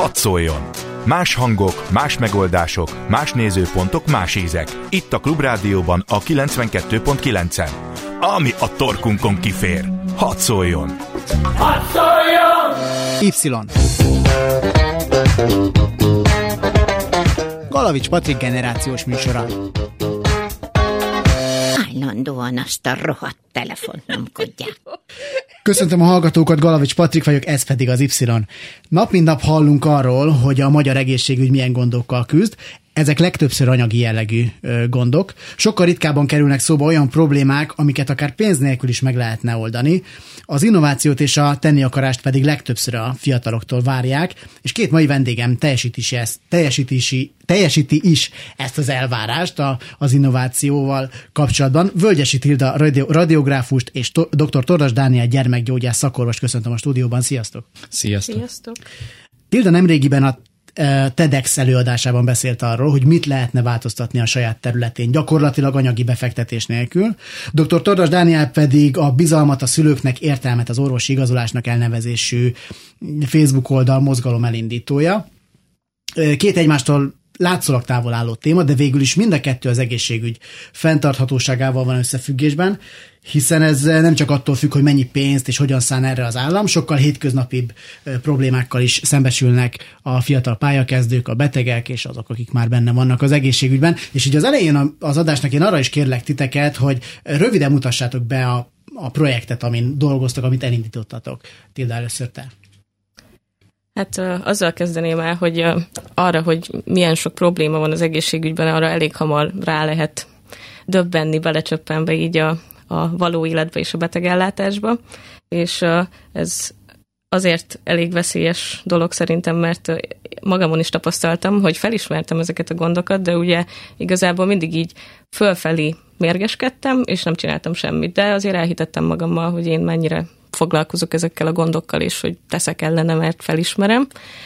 Hadd szóljon! Más hangok, más megoldások, más nézőpontok, más ízek. Itt a Klubrádióban a 92.9-en. Ami a torkunkon kifér. Hadd szóljon! Hadd szóljon! Y. Galavics Patrik generációs műsora. Állandóan azt a rohadt telefont nyomkodják. Köszöntöm a hallgatókat, Galavics Patrik vagyok, ez pedig az Y. Nap mint nap hallunk arról, hogy a magyar egészségügy milyen gondokkal küzd. Ezek legtöbbször anyagi jellegű gondok. Sokkal ritkábban kerülnek szóba olyan problémák, amiket akár pénz nélkül is meg lehetne oldani. Az innovációt és a tenni akarást pedig legtöbbször a fiataloktól várják, és két mai vendégem teljesíti is ezt az elvárást az innovációval kapcsolatban. Völgyesi Tilda radiográfust és dr. Tordas Dániel gyermekgyógyász szakorvost köszöntöm a stúdióban. Sziasztok! Sziasztok! Sziasztok. Tilda nemrégiben a TEDx előadásában beszélt arról, hogy mit lehetne változtatni a saját területén, gyakorlatilag anyagi befektetés nélkül. Dr. Tordas Dániel pedig a Bizalmat a szülőknek, értelmet az orvosi igazolásnak elnevezésű Facebook oldal mozgalom elindítója. Két egymástól látszólag távol álló téma, de végül is mind a kettő az egészségügy fenntarthatóságával van összefüggésben, hiszen ez nem csak attól függ, hogy mennyi pénzt és hogyan szán erre az állam, sokkal hétköznapibb problémákkal is szembesülnek a fiatal pályakezdők, a betegek és azok, akik már benne vannak az egészségügyben. És így az elején az adásnak én arra is kérlek titeket, hogy röviden mutassátok be a projektet, amin dolgoztak, amit elindítottatok. Tilda, először te. Hát azzal kezdeném el, hogy arra, hogy milyen sok probléma van az egészségügyben, arra elég hamar rá lehet döbbenni, belecsöppenve így a való életbe és a betegellátásba, és ez azért elég veszélyes dolog szerintem, mert magamon is tapasztaltam, hogy felismertem ezeket a gondokat, de ugye igazából mindig így fölfelé mérgeskedtem, és nem csináltam semmit, de azért elhitettem magammal, hogy én mennyire foglalkozok ezekkel a gondokkal, és hogy teszek ellene, mert felismerem.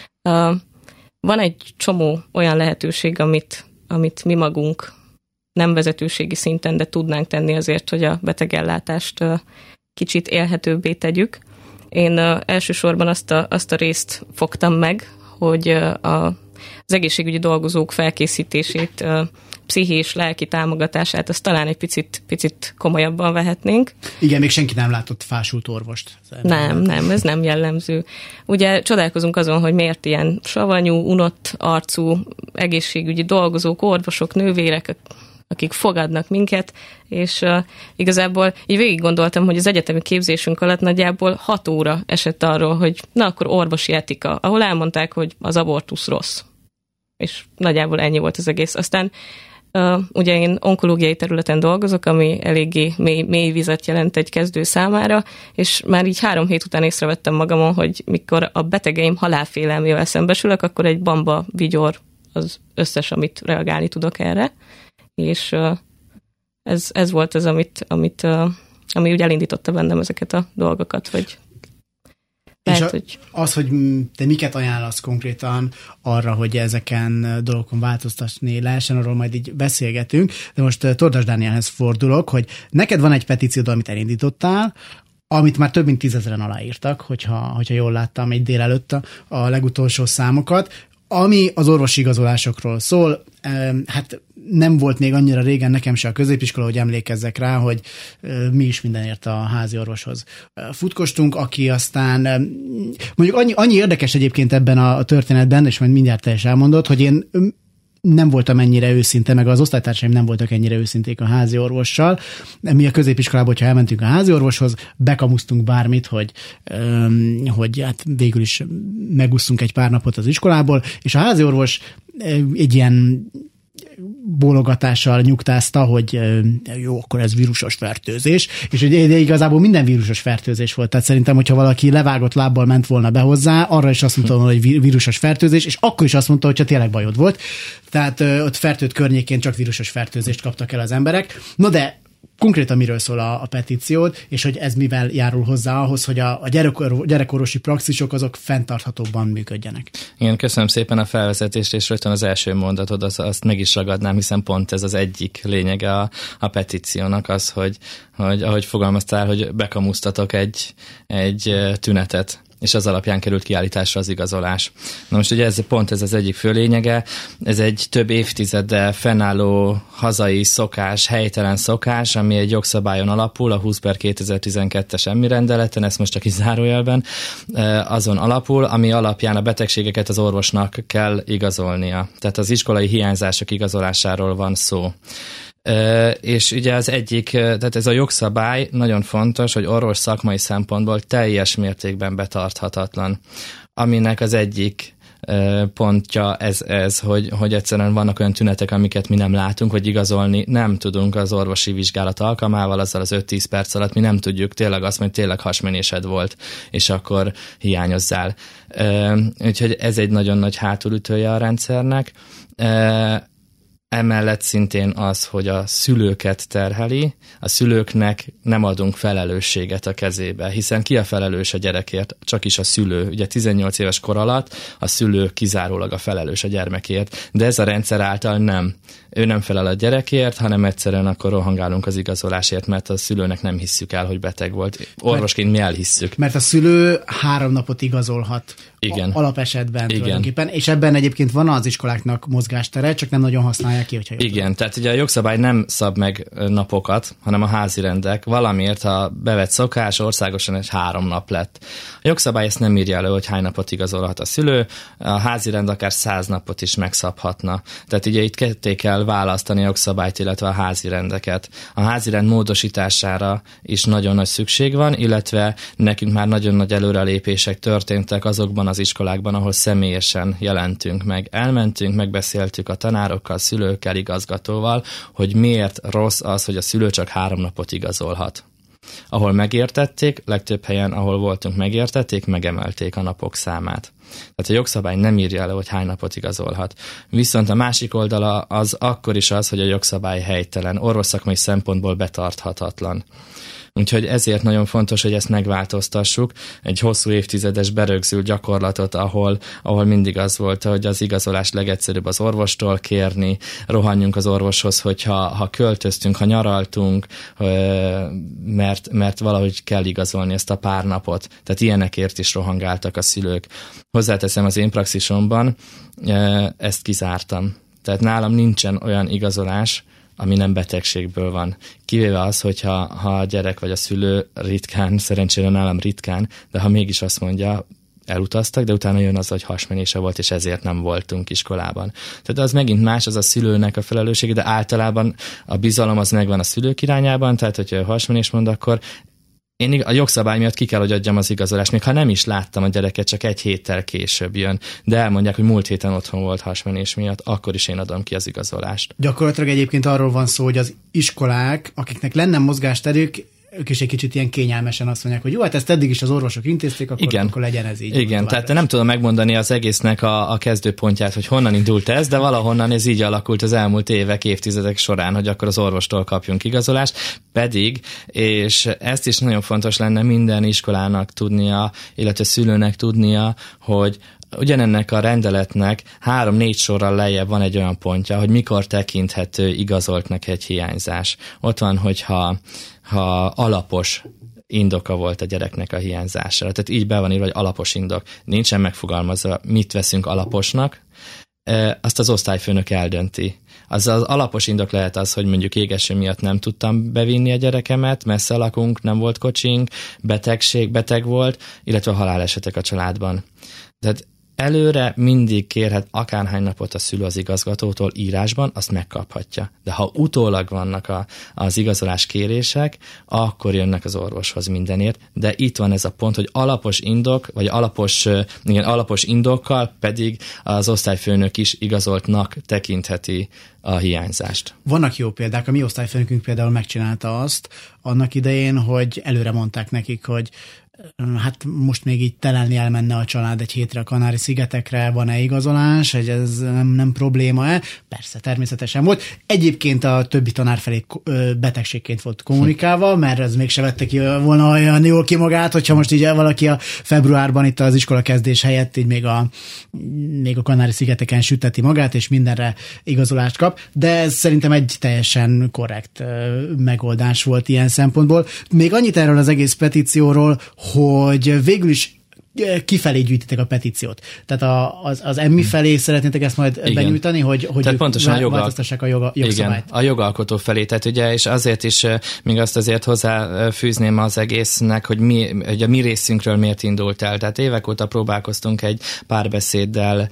Van egy csomó olyan lehetőség, amit mi magunk nem vezetőségi szinten, de tudnánk tenni azért, hogy a betegellátást kicsit élhetőbbé tegyük. Én elsősorban azt a részt fogtam meg, hogy az egészségügyi dolgozók felkészítését, pszichés, lelki támogatását, azt talán egy picit komolyabban vehetnénk. Igen, még senki nem látott fásult orvost. Nem, ez nem jellemző. Ugye csodálkozunk azon, hogy miért ilyen savanyú, unott arcú egészségügyi dolgozók, orvosok, nővérek, akik fogadnak minket, és igazából így végig gondoltam, hogy az egyetemi képzésünk alatt nagyjából 6 óra esett arról, hogy na akkor orvosi etika, ahol elmondták, hogy az abortusz rossz. És nagyjából ennyi volt az egész. Aztán ugye én onkológiai területen dolgozok, ami eléggé mély vizet jelent egy kezdő számára, és már így 3 hét után észrevettem magamon, hogy mikor a betegeim halálfélelmével szembesülök, akkor egy bamba vigyor az összes, amit reagálni tudok erre. És ez volt az, ami úgy elindította bennem ezeket a dolgokat, hogy lehet, hogy... Az, hogy te miket ajánlasz konkrétan arra, hogy ezeken dolgokon változtatni lehessen, arról majd így beszélgetünk, de most Tordas Dánielhez fordulok, hogy neked van egy petíciód, amit elindítottál, amit már több mint 10 000-en aláírtak, hogyha jól láttam egy délelőtt a legutolsó számokat, ami az orvosi igazolásokról szól. Hát nem volt még annyira régen nekem se a középiskola, hogy emlékezzek rá, hogy mi is mindenért a házi orvoshoz futkostunk, aki aztán mondjuk annyi érdekes egyébként ebben a történetben, és majd mindjárt te is elmondod, hogy én nem voltam ennyire őszinte, meg az osztálytársaim nem voltak ennyire őszinték a házi orvossal. Mi a középiskolában, hogyha elmentünk a házi orvoshoz, bekamusztunk bármit, hogy hát végül is megúszunk egy pár napot az iskolából, és a házi orvos egy ilyen bólogatással nyugtázta, hogy jó, akkor ez vírusos fertőzés, és ugye igazából minden vírusos fertőzés volt. Tehát szerintem, hogyha valaki levágott lábbal ment volna be hozzá, arra is azt mondta, hogy vírusos fertőzés, és akkor is azt mondta, hogyha tényleg bajod volt. Tehát ott fertőt környékén csak vírusos fertőzést kaptak el az emberek. No de konkrétan miről szól a petíciód, és hogy ez mivel járul hozzá ahhoz, hogy a gyerekorvosi praxisok azok fenntarthatóbban működjenek. Igen, köszönöm szépen a felvezetést, és rögtön az első mondatod, azt meg is ragadnám, hiszen pont ez az egyik lényege a petíciónak az, hogy ahogy fogalmaztál, hogy bekamusztatok egy tünetet. és az alapján került kiállításra az igazolás. Na most ugye ez az egyik fő lényege, ez egy több évtizeddel fennálló hazai szokás, helytelen szokás, ami egy jogszabályon alapul, a 20/2012-es EMMI rendeleten, ezt most csak is zárójelben, azon alapul, ami alapján a betegségeket az orvosnak kell igazolnia. Tehát az iskolai hiányzások igazolásáról van szó. És ugye az egyik, tehát ez a jogszabály nagyon fontos, hogy orvos szakmai szempontból teljes mértékben betarthatatlan, aminek az egyik pontja ez hogy egyszerűen vannak olyan tünetek, amiket mi nem látunk, vagy igazolni nem tudunk az orvosi vizsgálat alkalmával, azzal az 5-10 perc alatt mi nem tudjuk tényleg azt, hogy tényleg hasmenésed volt, és akkor hiányozzál. Úgyhogy ez egy nagyon nagy hátulütője a rendszernek. Emellett szintén az, hogy a szülőket terheli, a szülőknek nem adunk felelősséget a kezébe, hiszen ki a felelős a gyerekért? Csak is a szülő. Ugye 18 éves kor alatt a szülő kizárólag a felelős a gyermekért, de ez a rendszer által nem. Ő nem felel a gyerekért, hanem egyszerűen akkor rohangálunk az igazolásért, mert a szülőnek nem hisszük el, hogy beteg volt. Orvosként mi elhisszük. Mert a szülő 3 napot igazolhat. Igen. Alapesetben tulajdonképpen, és ebben egyébként van az iskoláknak mozgástere, csak nem nagyon használják ki, hogyha igen, tehát ugye a jogszabály nem szab meg napokat, hanem a házirendek. Valamiért a bevett szokás országosan egy 3 nap lett. A jogszabály ezt nem írja elő, hogy hány napot igazolhat a szülő, a házirend akár 100 napot is megszabhatna. Tehát ugye itt ketté kell választani a jogszabályt, illetve a házirendeket. A házirend módosítására is nagyon nagy szükség van, illetve nekünk már nagyon nagy előrelépések történtek azokban az iskolákban, ahol személyesen jelentünk meg. Elmentünk, megbeszéltük a tanárokkal, szülőkkel, igazgatóval, hogy miért rossz az, hogy a szülő csak 3 napot igazolhat. Ahol megértették, legtöbb helyen, ahol voltunk megértették, megemelték a napok számát. Tehát a jogszabály nem írja elő, hogy hány napot igazolhat. Viszont a másik oldala az akkor is az, hogy a jogszabály helytelen, orvosszakmai szempontból betarthatatlan. Úgyhogy ezért nagyon fontos, hogy ezt megváltoztassuk. Egy hosszú évtizedes berögzült gyakorlatot, ahol mindig az volt, hogy az igazolás legegyszerűbb az orvostól kérni, rohanjunk az orvoshoz, hogyha költöztünk, ha nyaraltunk, mert valahogy kell igazolni ezt a pár napot. Tehát ilyenekért is rohangáltak a szülők. Hozzáteszem, az én praxisomban ezt kizártam. Tehát nálam nincsen olyan igazolás, ami nem betegségből van. Kivéve az, hogyha a gyerek vagy a szülő ritkán, szerencsére nálam ritkán, de ha mégis azt mondja, elutaztak, de utána jön az, hogy hasmenése volt, és ezért nem voltunk iskolában. Tehát az megint más, az a szülőnek a felelőssége, de általában a bizalom az megvan a szülők irányában, tehát hogyha hasmenés mond, akkor én a jogszabály miatt ki kell, hogy adjam az igazolást, még ha nem is láttam a gyereket, csak 1 héttel később jön, de elmondják, hogy múlt héten otthon volt hasmenés miatt, akkor is én adom ki az igazolást. Gyakorlatilag egyébként arról van szó, hogy az iskolák, akiknek lenne mozgásterük, ők is egy kicsit ilyen kényelmesen azt mondják, hogy jó, hát ezt eddig is az orvosok intézték, akkor legyen ez így. Igen, tehát nem tudom megmondani az egésznek a kezdőpontját, hogy honnan indult ez, de valahonnan ez így alakult az elmúlt évek, évtizedek során, hogy akkor az orvostól kapjunk igazolást, pedig, és ezt is nagyon fontos lenne minden iskolának tudnia, illetve szülőnek tudnia, hogy ugyanennek a rendeletnek 3-4 sorral lejjebb van egy olyan pontja, hogy mikor tekinthető igazoltnak egy hiányzás. Ott van, hogyha alapos indoka volt a gyereknek a hiányzására. Tehát így be van írva, hogy alapos indok. Nincsen megfogalmazva, mit veszünk alaposnak, azt az osztályfőnök eldönti. Az alapos indok lehet az, hogy mondjuk égeső miatt nem tudtam bevinni a gyerekemet, messze lakunk, nem volt kocsink, beteg volt, illetve halálesetek a családban. Tehát előre mindig kérhet akárhány napot a szülő az igazgatótól írásban, azt megkaphatja. De ha utólag vannak az igazolás kérések, akkor jönnek az orvoshoz mindenért. De itt van ez a pont, hogy alapos indok, vagy alapos indokkal pedig az osztályfőnök is igazoltnak tekintheti a hiányzást. Vannak jó példák, a mi osztályfőnökünk például megcsinálta azt annak idején, hogy előre mondták nekik, hogy hát most még így telelni elmenne a család egy hétre a Kanári-szigetekre, van-e igazolás, hogy ez nem probléma-e? Persze, természetesen volt. Egyébként a többi tanár felé betegségként volt kommunikálva, mert ez mégse vette ki volna olyan jól ki magát, hogyha most így valaki a februárban itt az iskola kezdés helyett így még a Kanári-szigeteken süteti magát, és mindenre igazolást kap, de ez szerintem egy teljesen korrekt megoldás volt ilyen szempontból. Még annyit erről az egész petícióról, hogy végül is kifelé gyűjtitek a petíciót. Tehát az emmi felé szeretnétek ezt majd benyújtani, hogy változtassák a jogszabályt. Igen, a jogalkotó felé. Tehát ugye, és azért is még azt azért hozzáfűzném az egésznek, hogy a mi részünkről miért indult el. Tehát évek óta próbálkoztunk egy párbeszéddel,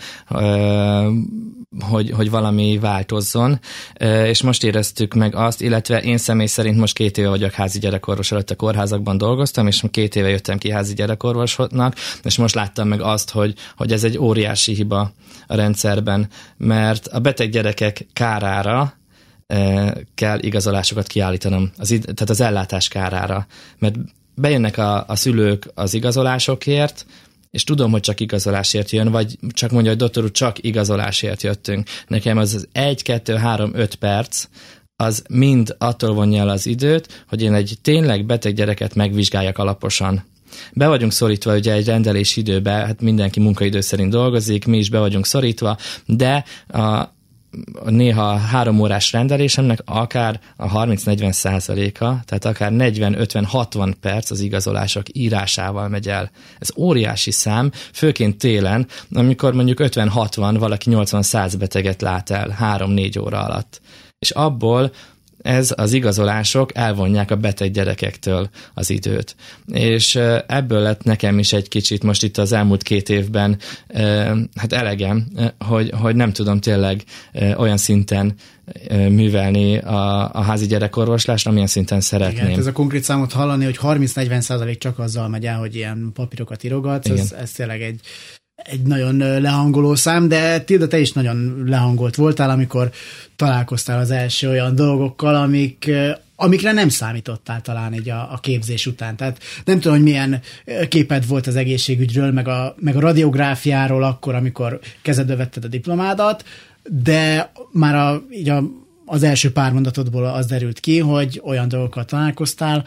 hogy valami változzon, és most éreztük meg azt, illetve én személy szerint most 2 éve vagyok házi gyerekorvos, előtt a kórházakban dolgoztam, és 2 éve jöttem ki házi gyerekorvosnak, és most láttam meg azt, hogy ez egy óriási hiba a rendszerben, mert a beteg gyerekek kárára kell igazolásokat kiállítanom, tehát az ellátás kárára, mert bejönnek a szülők az igazolásokért, és tudom, hogy csak igazolásért jön, vagy csak mondja, hogy doktor úr, csak igazolásért jöttünk. Nekem az 1, 2, 3, 5 perc, az mind attól vonja el az időt, hogy én egy tényleg beteg gyereket megvizsgáljak alaposan. Be vagyunk szorítva ugye egy rendelési időbe, hát mindenki munkaidő szerint dolgozik, mi is be vagyunk szorítva, de néha 3 órás rendelésemnek akár a 30-40%-a, tehát akár 40-50-60 perc az igazolások írásával megy el. Ez óriási szám, főként télen, amikor mondjuk 50-60, valaki 80-100 beteget lát el 3-4 óra alatt. És abból ez az igazolások elvonják a beteg gyerekektől az időt. És ebből lett nekem is egy kicsit most itt az elmúlt 2 évben hát elegem, hogy nem tudom tényleg olyan szinten művelni a házi gyerekorvoslást, amilyen szinten szeretném. Igen, ez a konkrét számot hallani, hogy 30-40% csak azzal megy el, hogy ilyen papírokat írogatsz, ez tényleg egy nagyon lehangoló szám, de Tilda, te is nagyon lehangolt voltál, amikor találkoztál az első olyan dolgokkal, amikre nem számítottál talán így a képzés után. Tehát nem tudom, hogy milyen képed volt az egészségügyről, meg a radiográfiáról akkor, amikor kezedbe vetted a diplomádat, de már az első pár mondatodból az derült ki, hogy olyan dolgokkal találkoztál,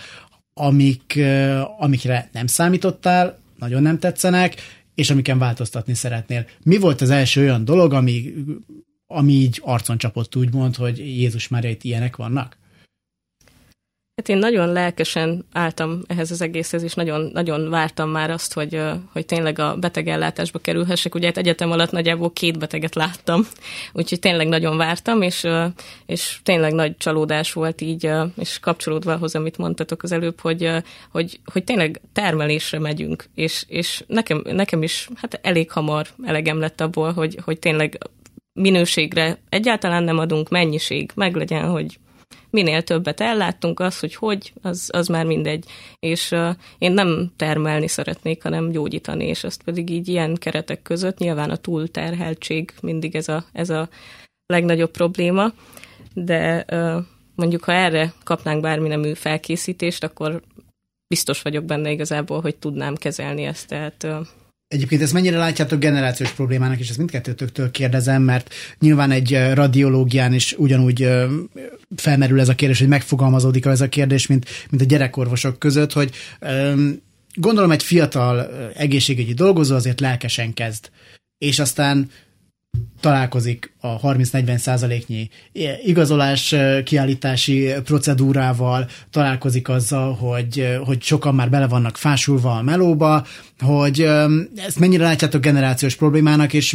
amikre nem számítottál, nagyon nem tetszenek, és amiken változtatni szeretnél. Mi volt az első olyan dolog, ami így arcon csapott, úgymond, hogy Jézus Mária, itt ilyenek vannak? Hát én nagyon lelkesen álltam ehhez az egészhez, és nagyon, nagyon vártam már azt, hogy tényleg a betegellátásba kerülhessek. Ugye hát egyetem alatt nagyjából 2 beteget láttam, úgyhogy tényleg nagyon vártam, és tényleg nagy csalódás volt így, és kapcsolódva ahhoz, amit mondtatok az előbb, hogy tényleg termelésre megyünk, és nekem is hát elég hamar elegem lett abból, hogy tényleg minőségre egyáltalán nem adunk, mennyiség meglegyen, hogy minél többet elláttunk, az már mindegy. És én nem termelni szeretnék, hanem gyógyítani, és azt pedig így ilyen keretek között, nyilván a túlterheltség mindig ez a legnagyobb probléma, de mondjuk, ha erre kapnánk bármi nemű felkészítést, akkor biztos vagyok benne igazából, hogy tudnám kezelni ezt, tehát... Egyébként ezt mennyire látjátok generációs problémának, és ezt mindkettőtöktől kérdezem, mert nyilván egy radiológián is ugyanúgy felmerül ez a kérdés, hogy megfogalmazódik ez a kérdés, mint a gyerekorvosok között, hogy gondolom egy fiatal egészségügyi dolgozó azért lelkesen kezd, és aztán találkozik a 30-40%-nyi igazolás kiállítási procedúrával, találkozik azzal, hogy sokan már bele vannak fásulva a melóba, hogy ezt mennyire látjátok generációs problémának, és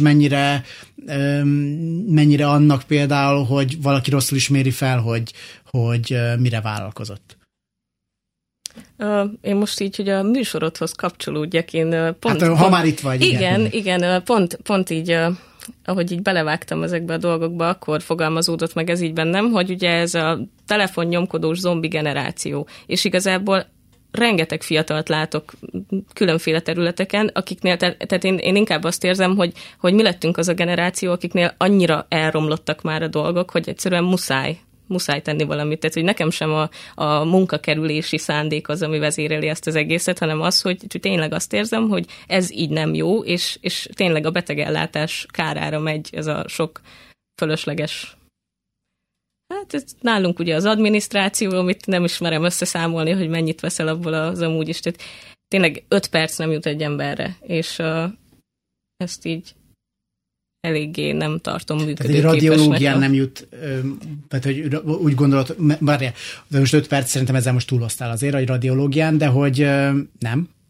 mennyire annak például, hogy valaki rosszul is méri fel, hogy mire vállalkozott. Én most így, hogy a műsorodhoz kapcsolódjak, én pont... Ha már itt vagy. Igen, pont így... ahogy így belevágtam ezekbe a dolgokba, akkor fogalmazódott meg ez így bennem, hogy ugye ez a telefonnyomkodós zombi generáció, és igazából rengeteg fiatalt látok különféle területeken, akiknél, tehát én inkább azt érzem, hogy mi lettünk az a generáció, akiknél annyira elromlottak már a dolgok, hogy egyszerűen muszáj tenni valamit. Tehát, hogy nekem sem a munkakerülési szándék az, ami vezéreli ezt az egészet, hanem az, hogy tényleg azt érzem, hogy ez így nem jó, és tényleg a betegellátás kárára megy ez a sok fölösleges. Hát ez nálunk ugye az adminisztráció, amit nem is merem összeszámolni, hogy mennyit veszel abból az amúgy is. Tehát tényleg 5 perc nem jut egy emberre, és ezt így eléggé nem tartom működőképesnek. Tehát egy radiológián nem jut, tehát hogy úgy gondolod, de most 5 perc szerintem ezzel most túloztál azért, hogy radiológián, de hogy nem?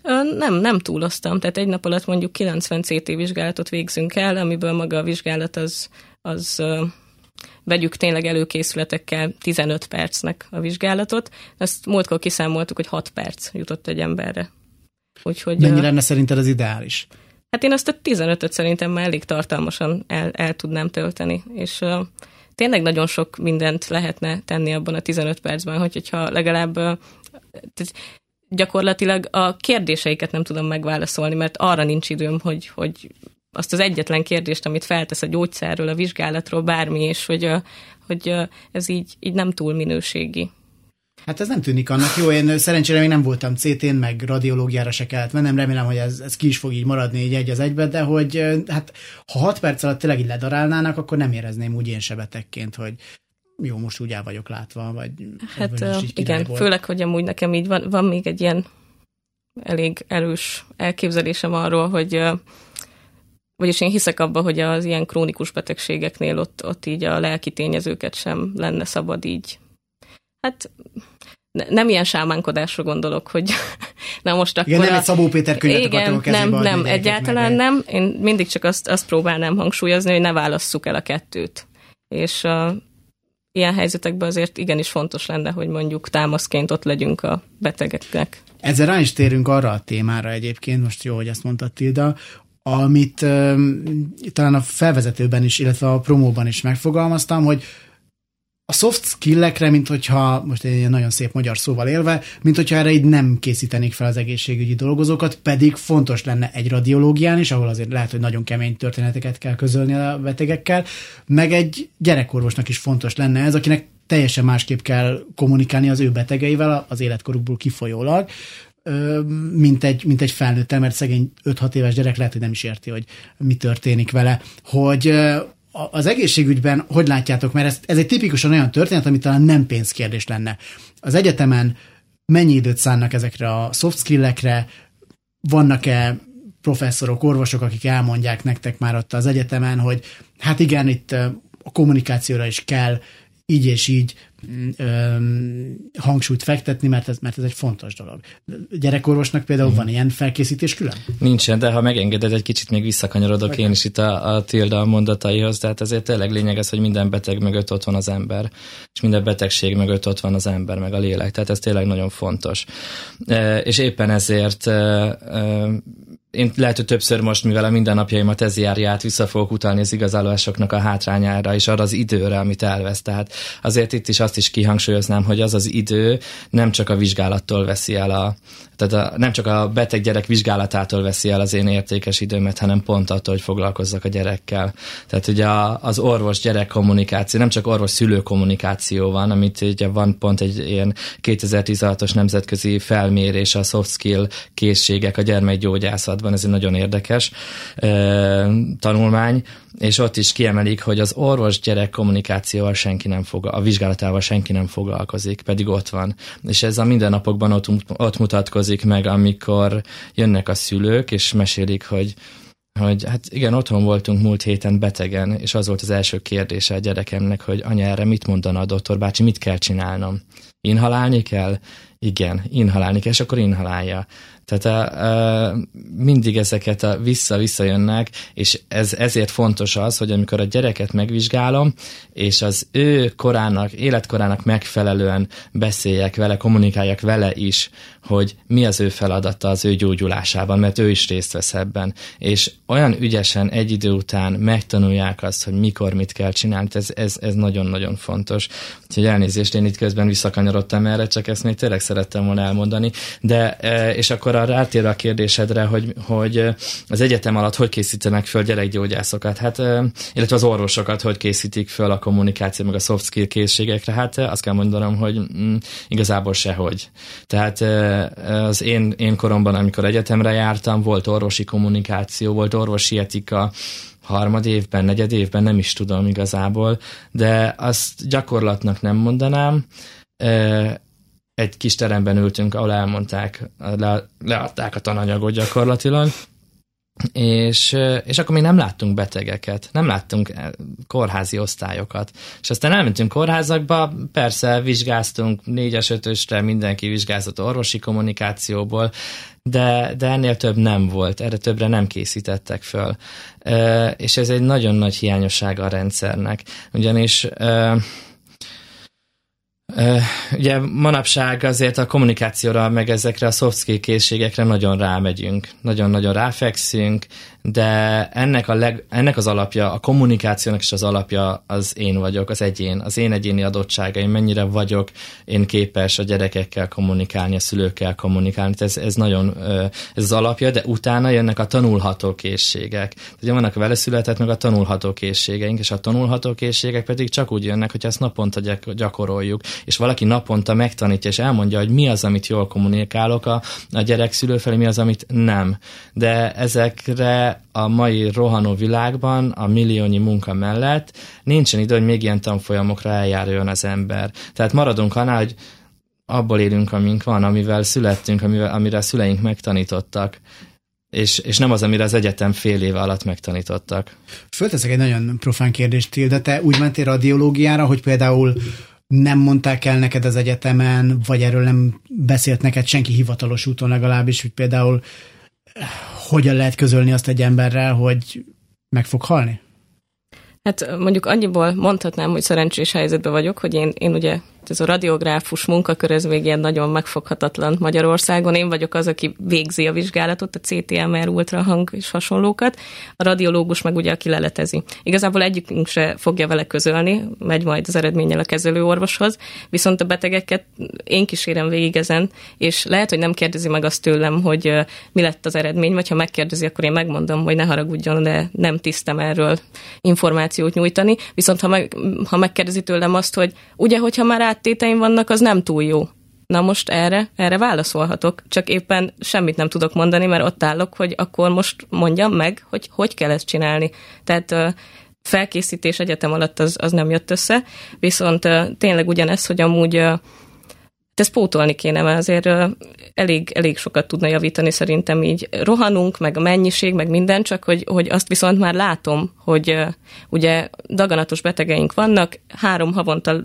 Nem túloztam, tehát egy nap alatt mondjuk 90 CT vizsgálatot végzünk el, amiből maga a vizsgálat az vegyük tényleg előkészületekkel 15 percnek a vizsgálatot. Ezt múltkor kiszámoltuk, hogy 6 perc jutott egy emberre. Úgyhogy, mennyi lenne szerinted az ideális? Hát én azt a 15-öt szerintem már elég tartalmasan el tudnám tölteni, és tényleg nagyon sok mindent lehetne tenni abban a 15 percben, hogyha legalább gyakorlatilag a kérdéseiket nem tudom megválaszolni, mert arra nincs időm, hogy azt az egyetlen kérdést, amit feltesz a gyógyszerről, a vizsgálatról, bármi, és hogy ez így nem túl minőségi. Hát ez nem tűnik annak. Jó, én szerencsére még nem voltam CT-n, meg radiológiára se kellett mennem, remélem, hogy ez ki is fog így maradni így egy az egybe, de hogy hát ha 6 perc alatt tényleg így ledarálnának, akkor nem érezném úgy én se betegként, hogy jó, most úgy el vagyok látva, vagy hát igen, főleg, hogy amúgy nekem így van még egy ilyen elég erős elképzelésem arról, vagyis én hiszek abba, hogy az ilyen krónikus betegségeknél ott így a lelki tényezőket sem lenne szabad így. Hát nem ilyen sámánkodásra gondolok, hogy na most akkor... Igen, nem egy Szabó Péter könyvet akartam a kezébe adni. Nem, egyáltalán nem. Én mindig csak azt próbálnám hangsúlyozni, hogy ne válasszuk el a kettőt. És ilyen helyzetekben azért igenis fontos lenne, hogy mondjuk támaszként ott legyünk a betegeknek. Ezzel rá is térünk arra a témára egyébként, most jó, hogy ezt mondtad, Tilda, amit talán a felvezetőben is, illetve a promóban is megfogalmaztam, hogy a soft skill-ekre, mint hogyha, most egy nagyon szép magyar szóval élve, mint hogyha erre így nem készítenék fel az egészségügyi dolgozókat, pedig fontos lenne egy radiológián is, ahol azért lehet, hogy nagyon kemény történeteket kell közölni a betegekkel, meg egy gyerekorvosnak is fontos lenne ez, akinek teljesen másképp kell kommunikálni az ő betegeivel az életkorukból kifolyólag, mint egy felnőttel, mert szegény 5-6 éves gyerek lehet, hogy nem is érti, hogy mi történik vele, hogy az egészségügyben hogy látjátok, mert ez egy tipikusan olyan történet, ami talán nem pénzkérdés lenne. Az egyetemen mennyi időt szánnak ezekre a soft skill-ekre, vannak-e professzorok, orvosok, akik elmondják nektek már ott az egyetemen, hogy hát igen, itt a kommunikációra is kell így és így hangsúlyt fektetni, mert ez egy fontos dolog. Gyerekorvosnak például van ilyen felkészítés külön? Nincsen, de ha megengeded, egy kicsit még visszakanyarodok én is itt a Tilda mondataihoz, tehát ezért tényleg lényeg az, hogy minden beteg mögött ott van az ember, és minden betegség mögött ott van az ember, meg a lélek, tehát ez tényleg nagyon fontos. És éppen ezért én lehet, hogy többször most, mivel a mindennapjaimat ez járja át, vissza fogok utalni az igazolásoknak a hátrányára, és arra az időre, amit elvesz. Tehát azért itt is azt is kihangsúlyoznám, hogy az idő nem csak a vizsgálattól veszi el tehát nem csak a beteg gyerek vizsgálatától veszi el az én értékes időmet, hanem pont attól, hogy foglalkozzak a gyerekkel. Tehát ugye az orvos-gyerek kommunikáció, nem csak orvos-szülő kommunikáció van, amit ugye van pont egy ilyen 2016-os nemzetközi felmérés a soft skill készségek a gyermekgyógyászatban, ez egy nagyon érdekes tanulmány, és ott is kiemelik, hogy az orvos-gyerek kommunikációval a vizsgálatával senki nem foglalkozik, pedig ott van. És ez a mindennapokban ott mutatkozik meg, amikor jönnek a szülők, és mesélik, hogy hát igen, otthon voltunk múlt héten betegen, és az volt az első kérdése a gyerekemnek, hogy anya, erre mit mondana a doktor bácsi, mit kell csinálnom? Inhalálni kell? Igen, inhalálni kell, és akkor inhalálja. Tehát mindig ezeket visszajönnek, és ezért fontos az, hogy amikor a gyereket megvizsgálom, és az ő életkorának megfelelően beszéljek vele, kommunikáljak vele is, hogy mi az ő feladata az ő gyógyulásában, mert ő is részt vesz ebben. És olyan ügyesen egy idő után megtanulják azt, hogy mikor mit kell csinálni, ez nagyon-nagyon fontos. Úgyhogy elnézést, én itt közben visszakanyarodtam erre, csak ezt még tényleg szerettem volna elmondani. De, és akkor rátérve a kérdésedre, hogy az egyetem alatt hogy készítenek föl gyerekgyógyászokat, hát, illetve az orvosokat hogy készítik föl a kommunikáció, meg a soft skill készségekre, hát azt kell mondanom, hogy igazából sehogy. Tehát az én koromban, amikor egyetemre jártam, volt orvosi kommunikáció, volt orvosi etika, 3. évben, 4. évben, nem is tudom igazából, de azt gyakorlatnak nem mondanám. Egy kis teremben ültünk, ahol elmondták, leadták a tananyagot gyakorlatilag, és akkor még nem láttunk betegeket, nem láttunk kórházi osztályokat. És aztán elmentünk kórházakba, persze vizsgáztunk 4-es, 5-ösre, mindenki vizsgázott orvosi kommunikációból, de ennél több nem volt, erre többre nem készítettek föl. És ez egy nagyon nagy hiányossága a rendszernek, ugyanis ugye manapság azért a kommunikációra, meg ezekre a soft skill készségekre nagyon rámegyünk, nagyon-nagyon ráfekszünk, de ennek az alapja, a kommunikációnak is az alapja az én vagyok, az én egyéni adottságaim, mennyire vagyok én képes a gyerekekkel kommunikálni, a szülőkkel kommunikálni, ez nagyon, ez az alapja, de utána jönnek a tanulható készségek. Ugye vannak a veleszületett, meg a tanulható készségeink, és a tanulható készségek pedig csak úgy jönnek, hogy ezt naponta gyakoroljuk, és valaki naponta megtanítja, és elmondja, hogy mi az, amit jól kommunikálok a gyerek szülő felé, mi az, amit nem. De ezekre a mai rohanó világban, a milliónyi munka mellett nincsen idő, hogy még ilyen tanfolyamokra eljárjon az ember. Tehát maradunk annál, hogy abból élünk, amink van, amivel születtünk, amire a szüleink megtanítottak, és nem az, amire az egyetem fél éve alatt megtanítottak. Fölteszek egy nagyon profán kérdést, Tilda, te úgy mentél radiológiára, hogy például nem mondták el neked az egyetemen, vagy erről nem beszélt neked senki hivatalos úton legalábbis, hogy például hogyan lehet közölni azt egy emberrel, hogy meg fog halni? Hát mondjuk annyiból mondhatnám, hogy szerencsés helyzetben vagyok, hogy én ugye ez a radiográfus munkakör, ez még ilyen nagyon megfoghatatlan Magyarországon. Én vagyok az, aki végzi a vizsgálatot, a CT/MR, ultrahang és hasonlókat. A radiológus meg ugye, aki leletezi. Igazából egyikünk se fogja vele közölni, megy majd az eredménnyel a kezelőorvoshoz, viszont a betegeket én kísérem végig ezen, és lehet, hogy nem kérdezi meg azt tőlem, hogy mi lett az eredmény, vagy ha megkérdezi, akkor én megmondom, hogy ne haragudjon, de nem tisztem erről információt nyújtani. Viszont ha megkérdezi tőlem azt, hogy ugye, hogyha már áttéteim vannak, az nem túl jó. Na most erre válaszolhatok, csak éppen semmit nem tudok mondani, mert ott állok, hogy akkor most mondjam meg, hogy kell ezt csinálni. Tehát felkészítés egyetem alatt az nem jött össze, viszont tényleg ugyanez, hogy amúgy ezt pótolni kéne, mert azért elég sokat tudna javítani szerintem így. Rohanunk, meg a mennyiség, meg minden, csak hogy azt viszont már látom, hogy ugye daganatos betegeink vannak, 3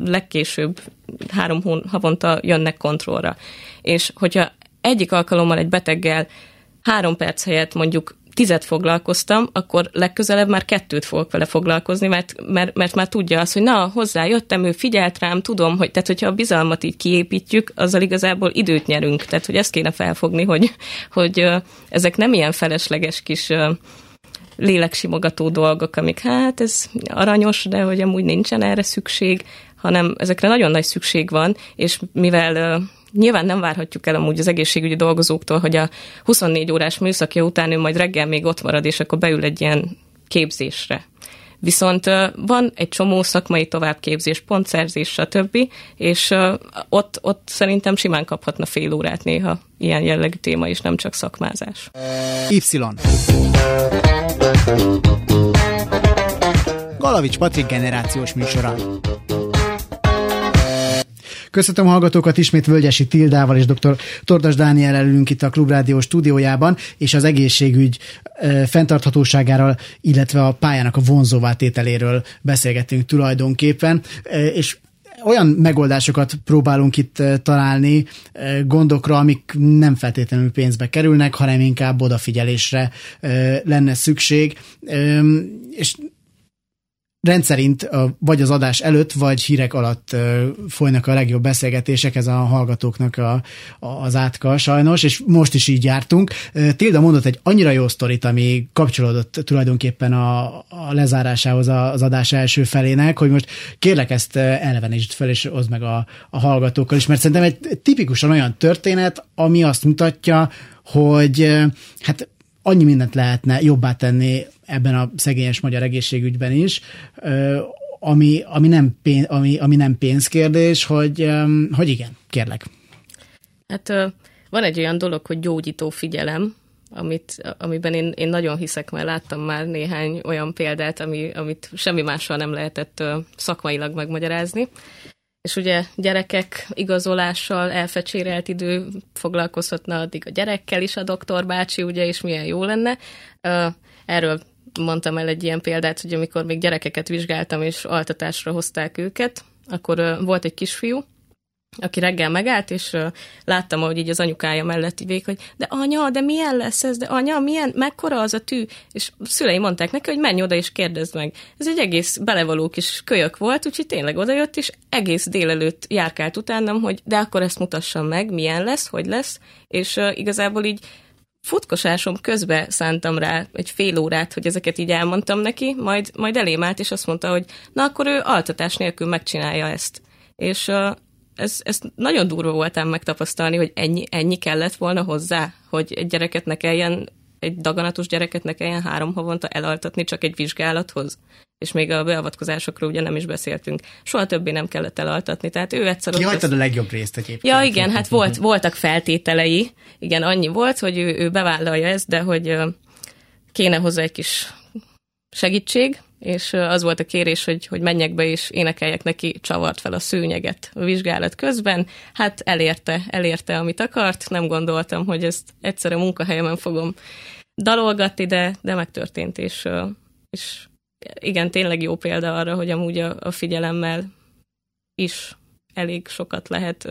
havonta jönnek kontrollra. És hogyha egyik alkalommal egy beteggel 3 perc helyett mondjuk 10 foglalkoztam, akkor legközelebb már 2 fogok vele foglalkozni, mert már tudja azt, hogy na, hozzájöttem, ő figyelt rám, tudom, hogy tehát hogyha a bizalmat így kiépítjük, azzal igazából időt nyerünk. Tehát, hogy ezt kéne felfogni, hogy ezek nem ilyen felesleges kis léleksimogató dolgok, amik hát ez aranyos, de hogy amúgy nincsen erre szükség, hanem ezekre nagyon nagy szükség van, és mivel nyilván nem várhatjuk el amúgy az egészségügyi dolgozóktól, hogy a 24 órás műszakja után ő majd reggel még ott marad, és akkor beül egy ilyen képzésre. Viszont van egy csomó szakmai továbbképzés, pontszerzés, stb., és ott szerintem simán kaphatna fél órát néha ilyen jellegű téma, és nem csak szakmázás. Y. Galavics Patrik generációs műsora. Köszöntöm a hallgatókat, ismét Völgyesi Tildával és dr. Tordas Dániellel ülünk itt a Klubrádió stúdiójában, és az egészségügy fenntarthatóságáról, illetve a pályának a vonzóvá tételéről beszélgetünk tulajdonképpen, és olyan megoldásokat próbálunk itt találni gondokra, amik nem feltétlenül pénzbe kerülnek, hanem inkább odafigyelésre lenne szükség, és rendszerint vagy az adás előtt, vagy hírek alatt folynak a legjobb beszélgetések, ez a hallgatóknak az átka sajnos, és most is így jártunk. Tilda mondott egy annyira jó sztorit, ami kapcsolódott tulajdonképpen a lezárásához az adás első felének, hogy most kérlek ezt elvenítsd fel, és oszd meg a hallgatókkal is, mert szerintem egy tipikusan olyan történet, ami azt mutatja, hogy hát annyi mindent lehetne jobbá tenni ebben a szegényes magyar egészségügyben is, ami nem pénzkérdés, hogy igen, kérlek. Hát van egy olyan dolog, hogy gyógyító figyelem, amiben én nagyon hiszek, mert láttam már néhány olyan példát, amit semmi mással nem lehetett szakmailag megmagyarázni. és ugye gyerekek igazolással elfecsérelt idő foglalkozhatna addig a gyerekkel is a doktor bácsi, ugye, és milyen jó lenne. Erről mondtam el egy ilyen példát, hogy amikor még gyerekeket vizsgáltam, és altatásra hozták őket, akkor volt egy kisfiú, aki reggel megállt, és láttam, hogy így az anyukája mellett így végig, hogy de anya, de milyen lesz ez, de anya, mekkora az a tű? És a szülei mondták neki, hogy menj oda és kérdezd meg. Ez egy egész belevaló kis kölyök volt, úgyhogy tényleg odajött, és egész délelőtt járkált utánam, hogy de akkor ezt mutassam meg, milyen lesz, hogy lesz, és igazából így futkosásom közben szántam rá egy fél órát, hogy ezeket így elmondtam neki, majd elém állt, és azt mondta, hogy na akkor ő altatás nélkül megcsinálja ezt. És ez nagyon durva voltam megtapasztalni, hogy ennyi kellett volna hozzá, hogy egy gyereket ne kelljen, egy daganatos gyereket ne kelljen 3 havonta elaltatni csak egy vizsgálathoz. És még a beavatkozásokról ugye nem is beszéltünk. Soha többé nem kellett elaltatni. Tehát ő egyszer... Kihagytad a legjobb részt egyébként. Ja, igen, hát voltak feltételei. Igen, annyi volt, hogy ő bevállalja ezt, de hogy kéne hozzá egy kis segítség, és az volt a kérés, hogy menjek be és énekeljek neki Csavart fel a szőnyeget a vizsgálat közben. Hát elérte, amit akart. Nem gondoltam, hogy ezt egyszer a munkahelyemen fogom dalolgatni, de megtörtént, és igen, tényleg jó példa arra, hogy amúgy a figyelemmel is elég sokat lehet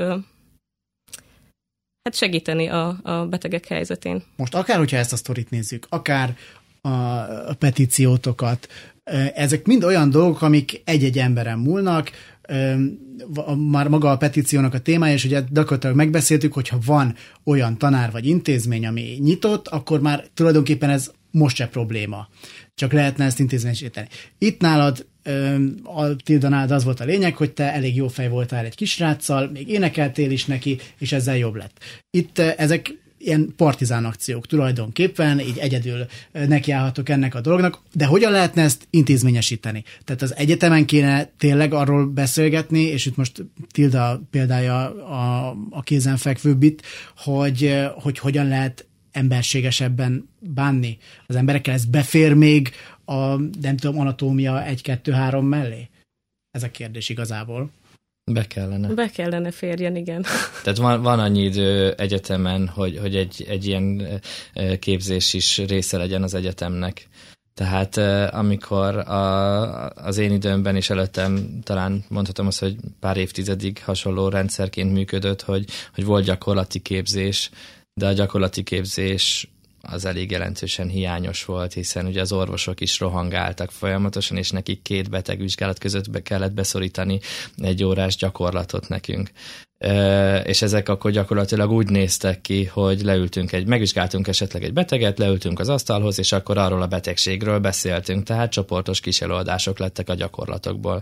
segíteni a betegek helyzetén. Most akár, hogyha ezt a sztorit nézzük, akár a petíciótokat, ezek mind olyan dolgok, amik egy-egy emberen múlnak, már maga a petíciónak a témája, és ugye gyakorlatilag megbeszéltük, hogyha van olyan tanár vagy intézmény, ami nyitott, akkor már tulajdonképpen ez most se probléma. Csak lehetne ezt intézményesíteni. Itt nálad, a Tilda, az volt a lényeg, hogy te elég jó fej voltál egy kisráccal, még énekeltél is neki, és ezzel jobb lett. Itt ezek ilyen partizán akciók tulajdonképpen, így egyedül nekiállhatok ennek a dolognak, de hogyan lehetne ezt intézményesíteni? Tehát az egyetemen kéne tényleg arról beszélgetni, és itt most Tilda példája a kézenfekvőbb itt, hogy hogyan lehet emberségesebben bánni az emberekkel. Ez befér még a, nem tudom, anatómia 1-2-3 mellé? Ez a kérdés igazából. Be kellene férjen, igen. Tehát van annyi idő egyetemen, hogy egy ilyen képzés is része legyen az egyetemnek. Tehát amikor az én időmben és előttem talán mondhatom azt, hogy pár évtizedig hasonló rendszerként működött, hogy volt gyakorlati képzés, de a gyakorlati képzés az elég jelentősen hiányos volt, hiszen ugye az orvosok is rohangáltak folyamatosan, és nekik 2 betegvizsgálat között kellett beszorítani 1 órás gyakorlatot nekünk. És ezek akkor gyakorlatilag úgy néztek ki, hogy megvizsgáltunk esetleg egy beteget, leültünk az asztalhoz, és akkor arról a betegségről beszéltünk, tehát csoportos kis előadások lettek a gyakorlatokból.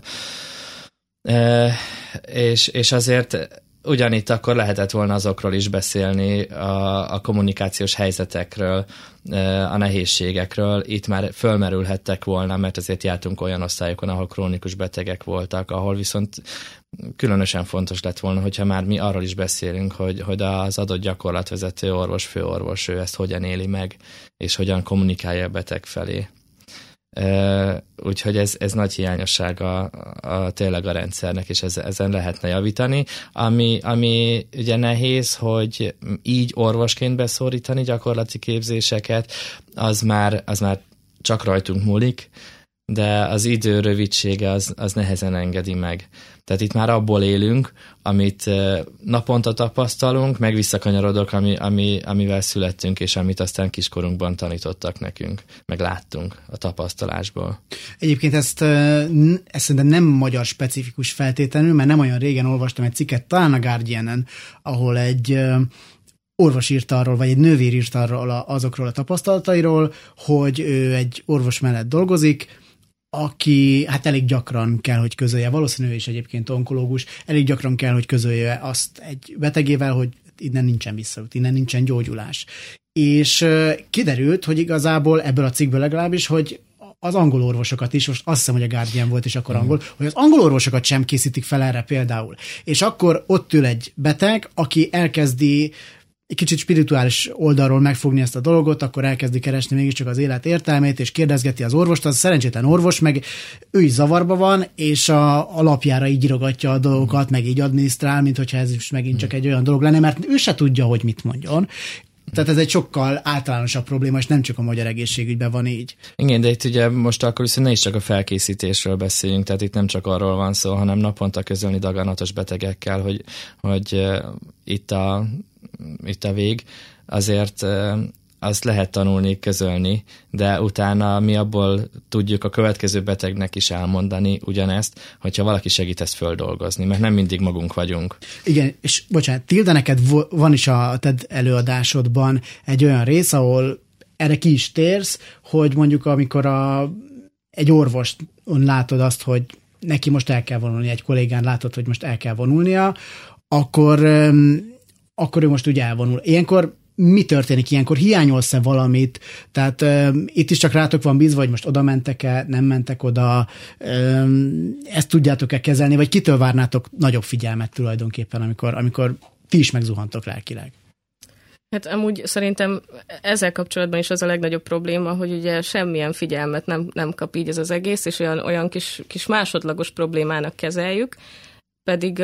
És azért ugyanitt akkor lehetett volna azokról is beszélni, a kommunikációs helyzetekről, a nehézségekről. Itt már fölmerülhettek volna, mert azért jártunk olyan osztályokon, ahol krónikus betegek voltak, ahol viszont különösen fontos lett volna, hogyha már mi arról is beszélünk, hogy az adott gyakorlatvezető orvos, főorvos, ő ezt hogyan éli meg, és hogyan kommunikálja a beteg felé. Úgyhogy ez nagy hiányossága tényleg a rendszernek, és ezen lehetne javítani. Ami ugye nehéz, hogy így orvosként beszorítani gyakorlati képzéseket, az már csak rajtunk múlik, de az idő rövidsége az nehezen engedi meg. Tehát itt már abból élünk, amit naponta tapasztalunk, meg visszakanyarodok, amivel születtünk, és amit aztán kiskorunkban tanítottak nekünk, meg láttunk a tapasztalásból. Egyébként ezt szerintem nem magyar specifikus feltétlenül, mert nem olyan régen olvastam egy cikket, talán a Guardianen, ahol egy orvos írta arról, vagy egy nővér írta arról azokról a tapasztalatairól, hogy ő egy orvos mellett dolgozik, aki hát elég gyakran kell, hogy közölje, valószínűleg is egyébként onkológus, elég gyakran kell, hogy közölje azt egy betegével, hogy innen nincsen visszaút, innen nincsen gyógyulás. És kiderült, hogy igazából ebből a cikkből legalábbis, hogy az angol orvosokat is, most azt hiszem, hogy a Guardian volt, és akkor angol, hogy az angol orvosokat sem készítik fel erre például. És akkor ott ül egy beteg, aki elkezdi egy kicsit spirituális oldalról megfogni ezt a dolgot, akkor elkezdi keresni mégiscsak az élet értelmét, és kérdezgeti az orvost, az szerencsétlen orvos, meg ő is zavarba van, és a lapjára így írogatja a dolgokat, meg így adminisztrál, mint hogyha ez is megint csak egy olyan dolog lenne, mert ő se tudja, hogy mit mondjon. Tehát ez egy sokkal általánosabb probléma, és nem csak a magyar egészségügyben van így. Igen, de itt ugye most akkor viszont ne is csak a felkészítésről beszéljünk, tehát itt nem csak arról van szó, hanem naponta közölni daganatos betegekkel, hogy itt a vég, azért azt lehet tanulni, közölni, de utána mi abból tudjuk a következő betegnek is elmondani ugyanezt, hogyha valaki segít ezt földolgozni, mert nem mindig magunk vagyunk. Igen, és bocsánat, Tilda, neked van is a TED előadásodban egy olyan rész, ahol erre ki is térsz, hogy mondjuk amikor egy orvost látod azt, hogy neki most el kell vonulni, egy kollégán látod, hogy most el kell vonulnia, akkor ő most úgy elvonul. Ilyenkor mi történik? Ilyenkor hiányolsz-e valamit? Tehát itt is csak rátok van bízva, vagy most oda mentek-e, nem mentek oda, ezt tudjátok-e kezelni, vagy kitől várnátok nagyobb figyelmet tulajdonképpen, amikor ti is megzuhantok lelkileg? Hát amúgy szerintem ezzel kapcsolatban is az a legnagyobb probléma, hogy ugye semmilyen figyelmet nem kap így ez az egész, és olyan kis másodlagos problémának kezeljük, pedig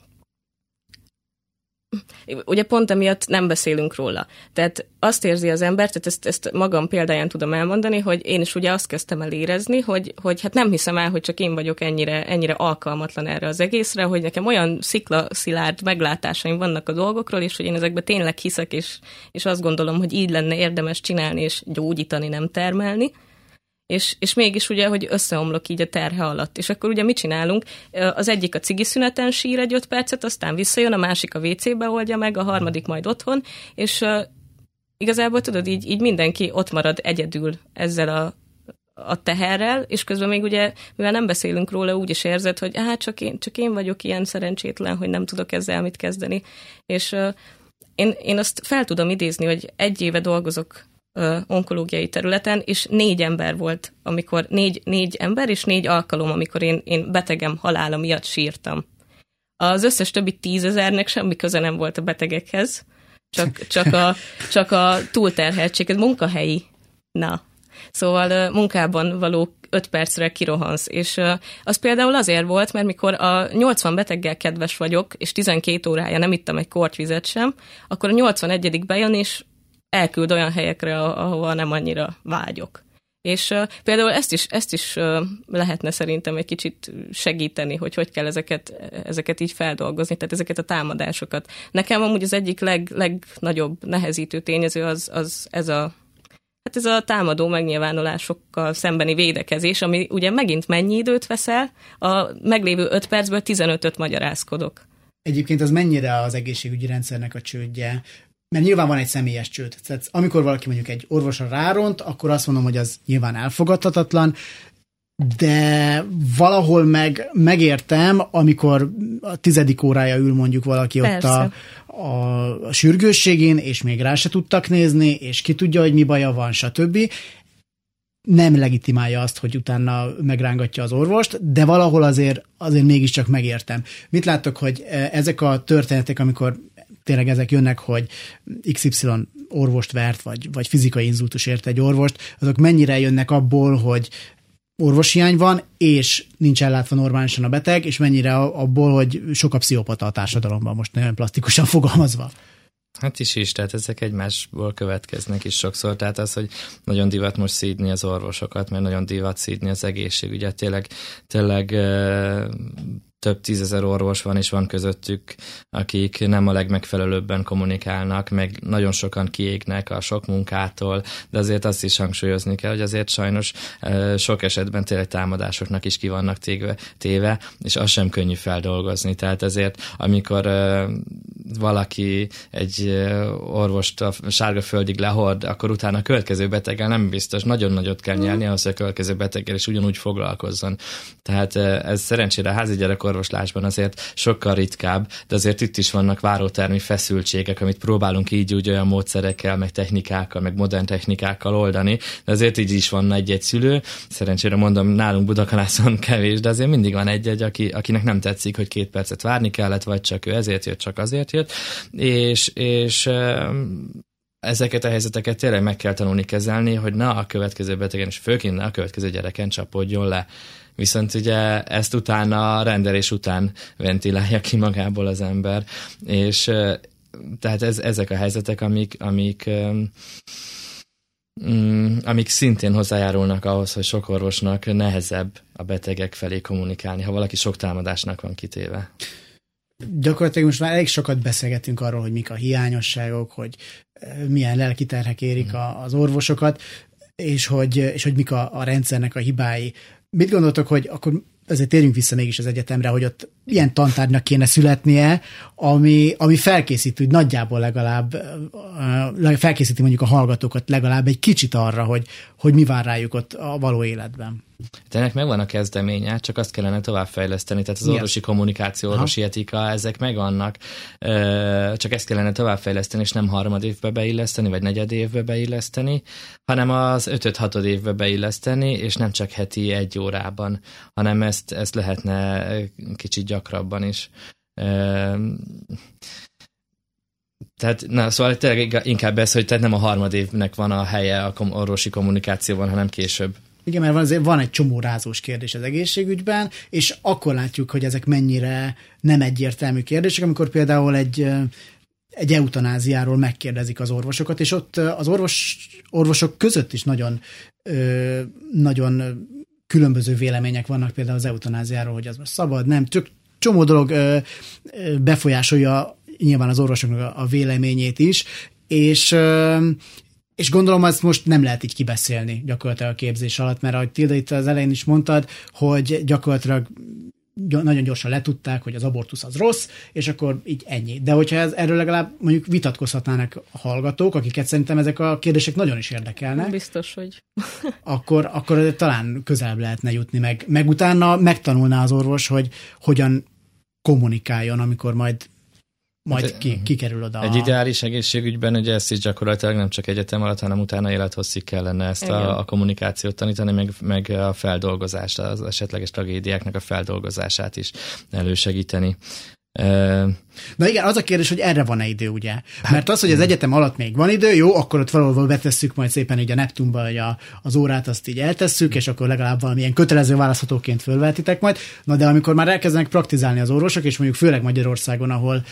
ugye pont emiatt nem beszélünk róla. Tehát azt érzi az ember, tehát ezt magam példáján tudom elmondani, hogy én is ugye azt kezdtem el érezni, hogy hát nem hiszem el, hogy csak én vagyok ennyire alkalmatlan erre az egészre, hogy nekem olyan sziklaszilárd meglátásaim vannak a dolgokról, és hogy én ezekben tényleg hiszek, és azt gondolom, hogy így lenne érdemes csinálni, és gyógyítani, nem termelni. És mégis ugye, hogy összeomlok így a terhe alatt. És akkor ugye mit csinálunk? Az egyik a cigiszüneten sír egy 5 percet, aztán visszajön, a másik a WC-be oldja meg, a harmadik majd otthon, és igazából tudod, így mindenki ott marad egyedül ezzel a teherrel, és közben még ugye, mivel nem beszélünk róla, úgy is érzed, hogy csak én vagyok ilyen szerencsétlen, hogy nem tudok ezzel mit kezdeni. És én azt fel tudom idézni, hogy 1 éve dolgozok onkológiai területen, és 4 ember volt, amikor 4 ember és 4 alkalom, amikor én betegem halála miatt sírtam. Az összes többi 10 000-nek semmi köze nem volt a betegekhez, csak a túlterheltséghez, munkahelyi. Na. Szóval munkában való 5 percre kirohansz, és az például azért volt, mert mikor a 80 beteggel kedves vagyok, és 12 órája nem ittam egy kortyvizet sem, akkor a 81. bejön, és elküld olyan helyekre, ahova nem annyira vágyok. És például ezt is lehetne szerintem egy kicsit segíteni, hogy kell ezeket így feldolgozni, tehát ezeket a támadásokat. Nekem amúgy az egyik legnagyobb nehezítő tényező az ez a támadó megnyilvánulásokkal szembeni védekezés, ami ugye megint mennyi időt veszel, a meglévő 5 percből 15-öt magyarázkodok. Egyébként az mennyire az egészségügyi rendszernek a csődje? Mert nyilván van egy személyes csőd. Tehát amikor valaki mondjuk egy orvosra ráront, akkor azt mondom, hogy az nyilván elfogadhatatlan, de valahol megértem, amikor a 10. órája ül mondjuk valaki Persze. ott a sürgősségén, és még rá se tudtak nézni, és ki tudja, hogy mi baja van, stb. Nem legitimálja azt, hogy utána megrángatja az orvost, de valahol azért mégiscsak megértem. Mit láttok, hogy ezek a történetek, amikor tényleg ezek jönnek, hogy XY orvost vert, vagy fizikai inzultus ért egy orvost, azok mennyire jönnek abból, hogy orvoshiány van, és nincs ellátva normálisan a beteg, és mennyire abból, hogy sok a pszichopata a társadalomban, most nagyon plastikusan fogalmazva. Hát is, tehát ezek egymásból következnek is sokszor, tehát az, hogy nagyon divat most szídni az orvosokat, mert nagyon divat szídni az egészségügyet, tényleg több 10 000 orvos van, és van közöttük, akik nem a legmegfelelőbben kommunikálnak, meg nagyon sokan kiégnek a sok munkától, de azért azt is hangsúlyozni kell, hogy azért sajnos sok esetben tényleg támadásoknak is ki vannak téve, és az sem könnyű feldolgozni. Tehát ezért, amikor valaki egy orvost a sárga földig lehord, akkor utána a következő beteggel nem biztos, nagyon nagyot kell nyerni ahhoz, hogy a következő beteggel is ugyanúgy foglalkozzon. Tehát ez szerencsére a házi gyerekorvos szakorvoslásban azért sokkal ritkább, de azért itt is vannak várótermi feszültségek, amit próbálunk így úgy olyan módszerekkel, meg technikákkal, meg modern technikákkal oldani, de azért így is van egy szülő. Szerencsére mondom, nálunk Budakalászon kevés, de azért mindig van egy, akinek nem tetszik, hogy 2 percet várni kellett, vagy csak ő ezért jött, csak azért jött, és ezeket a helyzeteket tényleg meg kell tanulni kezelni, hogy ne a következő betegen, és főként ne a következő gyereken csapódjon le. Viszont ugye ezt utána, a rendelés után ventilálja ki magából az ember, és tehát ezek a helyzetek, amik szintén hozzájárulnak ahhoz, hogy sok orvosnak nehezebb a betegek felé kommunikálni, ha valaki sok támadásnak van kitéve. Gyakorlatilag most már elég sokat beszélgetünk arról, hogy mik a hiányosságok, hogy milyen lelki terhek érik az orvosokat, és hogy mik a rendszernek a hibái. Mit gondoltok, hogy akkor ezért térjünk vissza mégis az egyetemre, hogy ott ilyen tantárgynak kéne születnie, ami felkészíti, hogy nagyjából legalább felkészíti mondjuk a hallgatókat legalább egy kicsit arra, hogy mi vár rájuk ott a való életben. De ennek megvan a kezdeménye, csak azt kellene továbbfejleszteni, tehát az orvosi kommunikáció, orvosi etika, ezek megvannak, csak ezt kellene továbbfejleszteni, és nem 3. évbe beilleszteni, vagy 4. évbe beilleszteni, hanem az 5-6. évbe beilleszteni, és nem csak heti 1 órában, hanem ezt lehetne kicsit gyakrabban is. Tehát, szóval tényleg inkább ez, hogy tehát nem a 3. évnek van a helye a orvosi kommunikációban, hanem később. Igen, mert van egy csomó rázós kérdés az egészségügyben, és akkor látjuk, hogy ezek mennyire nem egyértelmű kérdések, amikor például egy eutanáziáról megkérdezik az orvosokat, és ott az orvosok között is nagyon különböző vélemények vannak például az eutanáziáról, hogy az most szabad, nem, csak csomó dolog befolyásolja nyilván az orvosoknak a véleményét is, és gondolom, azt most nem lehet így kibeszélni gyakorlatilag a képzés alatt, mert ahogy Tilda itt az elején is mondtad, hogy gyakorlatilag nagyon gyorsan letudták, hogy az abortusz az rossz, és akkor így ennyi. De hogyha erről legalább mondjuk vitatkozhatnának a hallgatók, akiket szerintem ezek a kérdések nagyon is érdekelnek. Biztos, hogy... akkor talán közelebb lehetne jutni, meg utána megtanulná az orvos, hogy hogyan kommunikáljon, amikor majd kikerül oda. Egy ideális egészségügyben ugye ezt is gyakorlatilag nem csak egyetem alatt, hanem utána élethosszig kellene ezt a kommunikációt tanítani, meg a feldolgozást, az esetleges tragédiáknak a feldolgozását is elősegíteni. Na igen, az a kérdés, hogy erre van-e idő, ugye? Mert az, hogy az egyetem alatt még van idő, jó, akkor ott valahol betesszük majd szépen így a Neptunba, hogy az órát azt így eltesszük, és akkor legalább valamilyen kötelező választhatóként fölvehetitek majd. Na de amikor már elkezdenek praktizálni az orvosok, és mondjuk főleg Magyarországon, ahol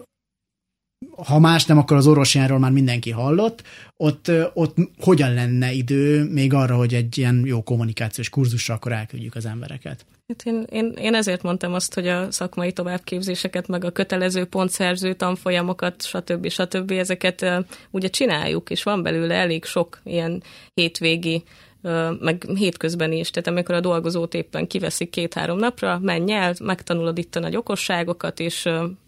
ha más nem, akkor az orvosjánról már mindenki hallott, ott hogyan lenne idő még arra, hogy egy ilyen jó kommunikációs kurzusra akkor elküldjük az embereket? Én ezért mondtam azt, hogy a szakmai továbbképzéseket, meg a kötelező pontszerző tanfolyamokat, stb. Ezeket ugye csináljuk, és van belőle elég sok ilyen hétvégi, meg hétközben is, tehát amikor a dolgozót éppen kiveszik 2-3 napra, menj el, megtanulod itt a nagy okosságokat, és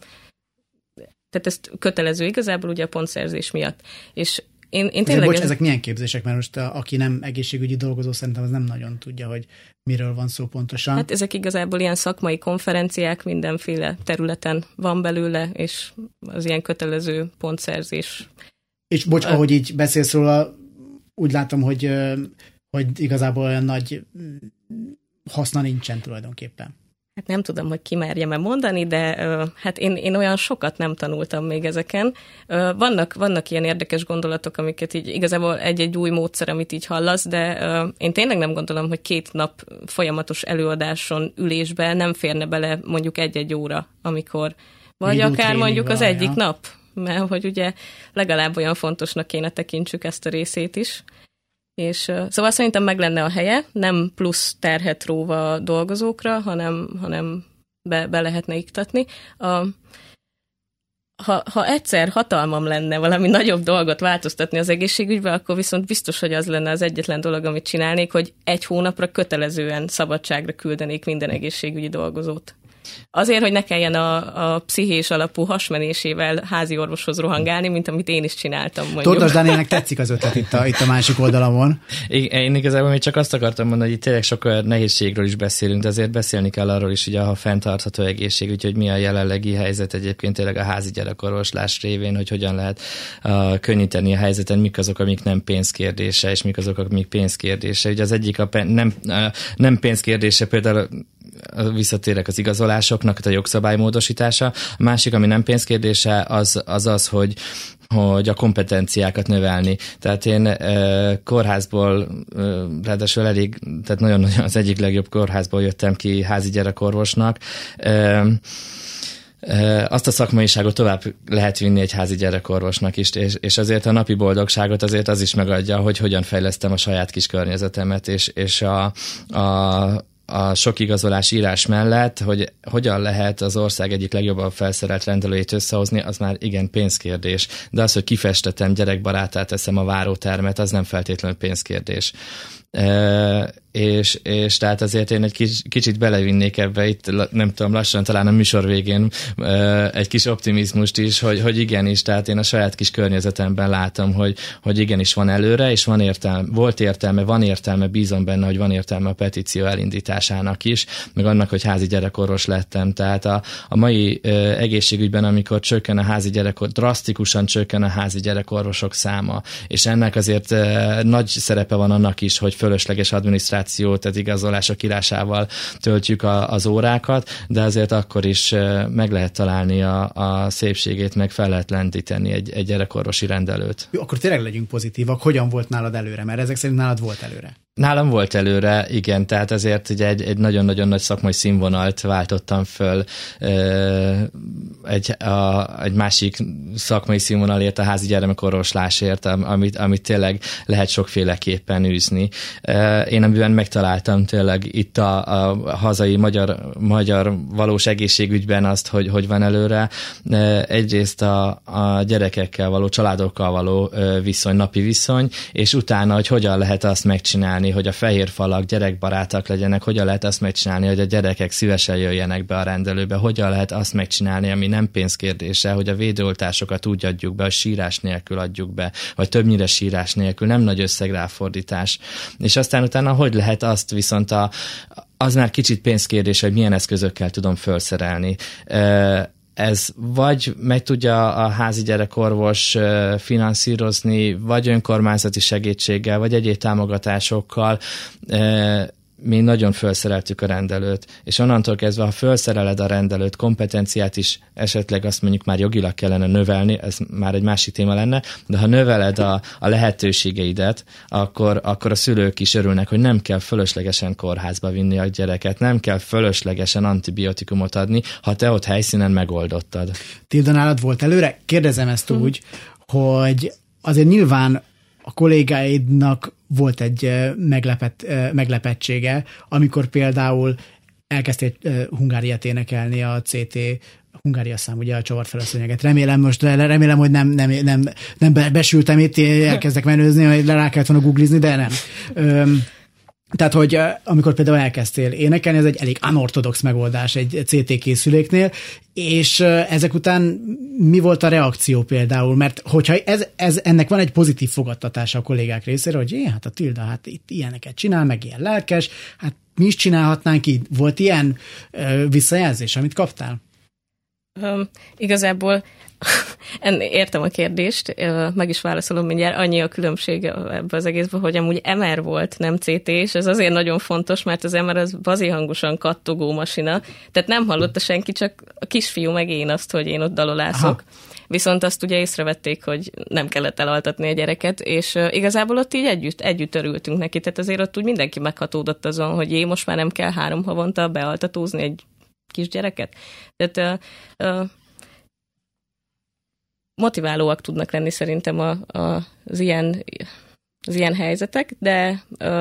tehát ez kötelező igazából ugye a pontszerzés miatt. És én tényleg... ezek milyen képzések? Mert most aki nem egészségügyi dolgozó, szerintem az nem nagyon tudja, hogy miről van szó pontosan. Hát ezek igazából ilyen szakmai konferenciák, mindenféle területen van belőle, és az ilyen kötelező pontszerzés. És ahogy így beszélsz róla, úgy látom, hogy igazából olyan nagy haszna nincsen tulajdonképpen. Hát nem tudom, hogy ki merjem-e mondani, de hát én olyan sokat nem tanultam még ezeken. Vannak ilyen érdekes gondolatok, amiket így igazából egy új módszer, amit így hallasz, de én tényleg nem gondolom, hogy 2 nap folyamatos előadáson, ülésben nem férne bele mondjuk 1-1 óra, amikor, vagy akár mondjuk az egyik nap, mert hogy ugye legalább olyan fontosnak kéne tekintsük ezt a részét is. És szóval szerintem meg lenne a helye, nem plusz terhet róva a dolgozókra, hanem be lehetne iktatni. Ha egyszer hatalmam lenne valami nagyobb dolgot változtatni az egészségügyben, akkor viszont biztos, hogy az lenne az egyetlen dolog, amit csinálnék, hogy 1 hónapra kötelezően szabadságra küldenék minden egészségügyi dolgozót. Azért, hogy ne kelljen a pszichés alapú hasmenésével házi orvoshoz rohangálni, mint amit én is csináltam, mondjuk. Tordas Dánielnek tetszik az ötlet itt a másik oldalamon. Én igazából még csak azt akartam mondani, hogy itt tényleg sok nehézségről is beszélünk, de azért beszélni kell arról is, hogy a fenntartható egészség, úgyhogy mi a jelenlegi helyzet egyébként tényleg a házi gyerekorvoslás révén, hogy hogyan lehet könnyíteni a helyzeten, mik azok, amik nem pénzkérdése, és mik azok, amik pénzkérdése. Ugye az egyik nem pénzkérdése, például visszatérek az igazolásoknak a jogszabálymódosítása. A másik, ami nem pénzkérdése, az, hogy a kompetenciákat növelni. Tehát én kórházból, ráadásul tehát nagyon az egyik legjobb kórházból jöttem ki házi gyerekorvosnak. Azt a szakmaiságot tovább lehet vinni egy házi gyerekorvosnak is, és azért a napi boldogságot azért az is megadja, hogy hogyan fejlesztem a saját kis környezetemet, és a sok igazolás írás mellett, hogy hogyan lehet az ország egyik legjobban felszerelt rendelőjét összehozni, az már igen pénzkérdés. De az, hogy kifestetem, gyerekbarátá teszem a várótermet, az nem feltétlenül pénzkérdés. És tehát azért én egy kicsit belevinnék ebbe itt, nem tudom, lassan talán a műsor végén egy kis optimizmust is, hogy igenis, tehát én a saját kis környezetemben látom, hogy igenis van előre, és van értelme, bízom benne, hogy van értelme a petíció elindításának is, meg annak, hogy házi gyerekorvos lettem. Tehát a mai egészségügyben, amikor drasztikusan csökken a házi gyerekorvosok száma, és ennek azért nagy szerepe van annak is, hogy fölösleges adminisztráció, tehát igazolások írásával töltjük az órákat, de azért akkor is meg lehet találni a szépségét, meg fel lehet lendíteni egy gyerekorvosi rendelőt. Jó, akkor tényleg legyünk pozitívak. Hogyan volt nálad előre? Mert ezek szerint nálad volt előre. Nálam volt előre, igen, tehát ezért ugye egy nagyon-nagyon nagy szakmai színvonalt váltottam föl egy másik szakmai színvonalért, a házi gyermekorvoslásért, amit tényleg lehet sokféleképpen űzni. Én amiben megtaláltam tényleg itt a hazai magyar valós egészségügyben azt, hogy van előre. Egyrészt a gyerekekkel való, családokkal való viszony, napi viszony, és utána, hogy hogyan lehet azt megcsinálni, hogy a fehér falak gyerekbarátak legyenek, hogyan lehet azt megcsinálni, hogy a gyerekek szívesen jöjjenek be a rendelőbe, hogyan lehet azt megcsinálni, ami nem pénzkérdése, hogy a védőoltásokat úgy adjuk be, hogy sírás nélkül adjuk be, vagy többnyire sírás nélkül, nem nagy összegráfordítás. És aztán utána hogy lehet azt viszont az már kicsit pénzkérdés, hogy milyen eszközökkel tudom felszerelni. Ez vagy meg tudja a házi gyerekorvos finanszírozni, vagy önkormányzati segítséggel, vagy egyéb támogatásokkal. Mi nagyon felszereltük a rendelőt, és onnantól kezdve, ha felszereled a rendelőt, kompetenciát is esetleg azt mondjuk már jogilag kellene növelni, ez már egy másik téma lenne, de ha növeled a lehetőségeidet, akkor a szülők is örülnek, hogy nem kell fölöslegesen kórházba vinni a gyereket, nem kell fölöslegesen antibiotikumot adni, ha te ott helyszínen megoldottad. Tilda, nálad volt előre? Kérdezem ezt úgy, hogy azért nyilván a kollégáidnak volt egy meglepettsége, amikor például elkezdtél Hungáriát énekelni a CT, Hungária szám, ugye a csavart fel a szönyeget. Remélem, hogy nem besültem itt, elkezdek menőzni, hogy rá kellett volna googlizni, de nem. Tehát, hogy amikor például elkezdtél énekelni, ez egy elég unorthodox megoldás egy CT készüléknél, és ezek után mi volt a reakció például? Mert hogyha ennek van egy pozitív fogadtatása a kollégák részéről, hogy hát a Tilda, hát itt ilyeneket csinál, meg ilyen lelkes, hát mi is csinálhatnánk így? Volt ilyen visszajelzés, amit kaptál? Igazából értem a kérdést, meg is válaszolom mindjárt. Annyi a különbség ebbe az egészben, hogy amúgy MR volt, nem CT, és ez azért nagyon fontos, mert az MR az bazihangosan kattogó masina, tehát nem hallotta senki, csak a kisfiú meg én azt, hogy én ott dalolászok. Aha. Viszont azt ugye észrevették, hogy nem kellett elaltatni a gyereket, és igazából ott így együtt örültünk neki, tehát azért ott úgy mindenki meghatódott azon, hogy most már nem kell 3 havonta bealtatózni egy kisgyereket. Tehát motiválóak tudnak lenni szerintem az ilyen helyzetek, de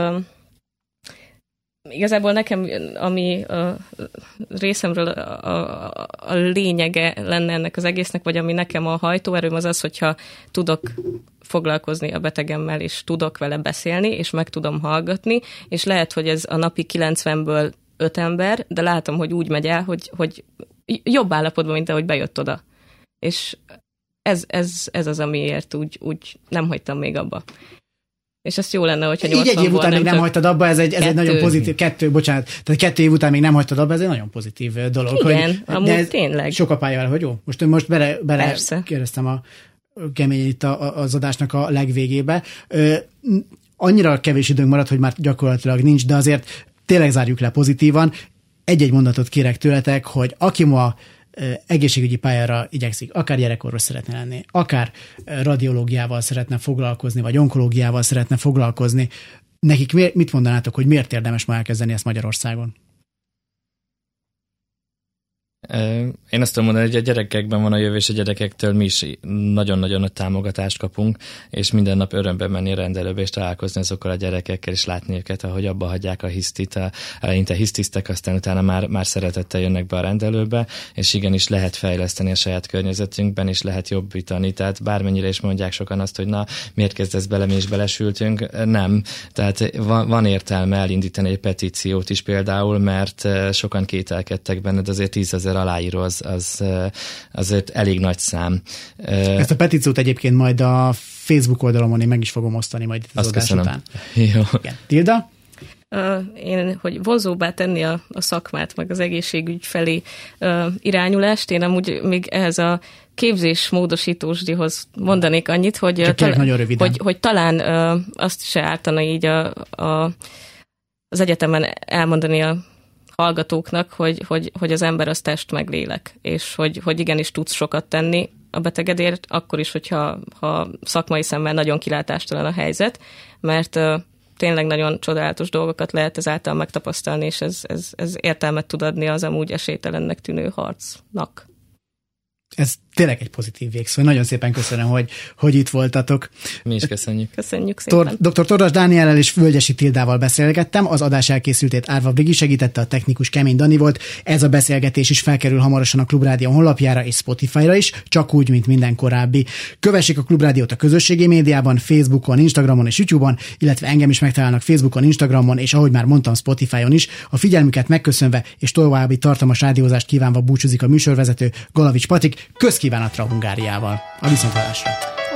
igazából nekem, ami részemről a lényege lenne ennek az egésznek, vagy ami nekem a hajtóerőm az, hogyha tudok foglalkozni a betegemmel, és tudok vele beszélni, és meg tudom hallgatni, és lehet, hogy ez a napi 90-ből 5 ember, de látom, hogy úgy megy el, hogy jobb állapotban, mint ahogy bejött oda. És ez az, amiért úgy nem hagytam még abba. És ezt jó lenne, hogyha 80-ból így egy év után még nem hagytad abba, ez egy nagyon pozitív, tehát 2 év után még nem hagytad abba, ez egy nagyon pozitív dolog. Igen, amúgy tényleg. Sok a pálya, hogy jó, most bele kérdeztem a kemény itt az adásnak a legvégébe. Annyira kevés időnk maradt, hogy már gyakorlatilag nincs, de azért tényleg zárjuk le pozitívan. Egy-egy mondatot kérek tőletek, hogy aki ma egészségügyi pályára igyekszik, akár gyerekorvos szeretne lenni, akár radiológiával szeretne foglalkozni, vagy onkológiával szeretne foglalkozni, nekik mit mondanátok, hogy miért érdemes ma elkezdeni ezt Magyarországon? Én azt tudom mondani, hogy a gyerekekben van a jövő, és a gyerekektől mi is nagyon-nagyon nagy támogatást kapunk, és minden nap örömben menni rendelőbe, és találkozni azokkal a gyerekekkel, és látni őket, ahogy abba hagyják a hisztit, eleinte hisztiztek, aztán utána már szeretettel jönnek be a rendelőbe, és igenis lehet fejleszteni a saját környezetünkben, és lehet jobbítani. Tehát bármennyire is mondják sokan azt, hogy na, miért kezdesz bele, mi is belesültünk, nem. Tehát van értelme elindítani egy petíciót is például, mert sokan kételkedtek benned, azért 10 000 aláíró az azért elég nagy szám. Ezt a petíciót egyébként majd a Facebook oldalon én meg is fogom osztani majd itt az adás után. Jó. Igen. Tilda? Én, hogy vonzóbbá tenni a szakmát, meg az egészségügy felé irányulást, én amúgy még ehhez a képzés-módosítósdihoz mondanék annyit, hogy talán azt se ártana így az egyetemen elmondani a hallgatóknak, hogy az ember az test meg lélek, és hogy igenis tudsz sokat tenni a betegedért, akkor is, hogyha szakmai szemmel nagyon kilátástalan a helyzet, mert tényleg nagyon csodálatos dolgokat lehet ezáltal megtapasztalni, és ez értelmet tud adni az amúgy esélytelennek tűnő harcnak. Ez tényleg egy pozitív végszó. Nagyon szépen köszönöm, hogy itt voltatok. Mi is köszönjük. Köszönjük szépen. Dr. Tordas Dániellel és Völgyesi Tildával beszélgettem. Az adás elkészültét Árva Vigi segítette, a technikus Kemény Dani volt. Ez a beszélgetés is felkerül hamarosan a Klubrádió honlapjára és Spotify-ra is, csak úgy, mint minden korábbi. Kövessék a Klubrádiót a közösségi médiában, Facebookon, Instagramon és YouTube-on, illetve engem is megtalálnak Facebookon, Instagramon, és ahogy már mondtam, Spotify-on is. A figyelmüket megköszönve és további tartalmas rádiózást kívánva búcsúzik a műsorvezető Galavics Patrik. Közkívánatra Hungáriával. A viszonthallásra.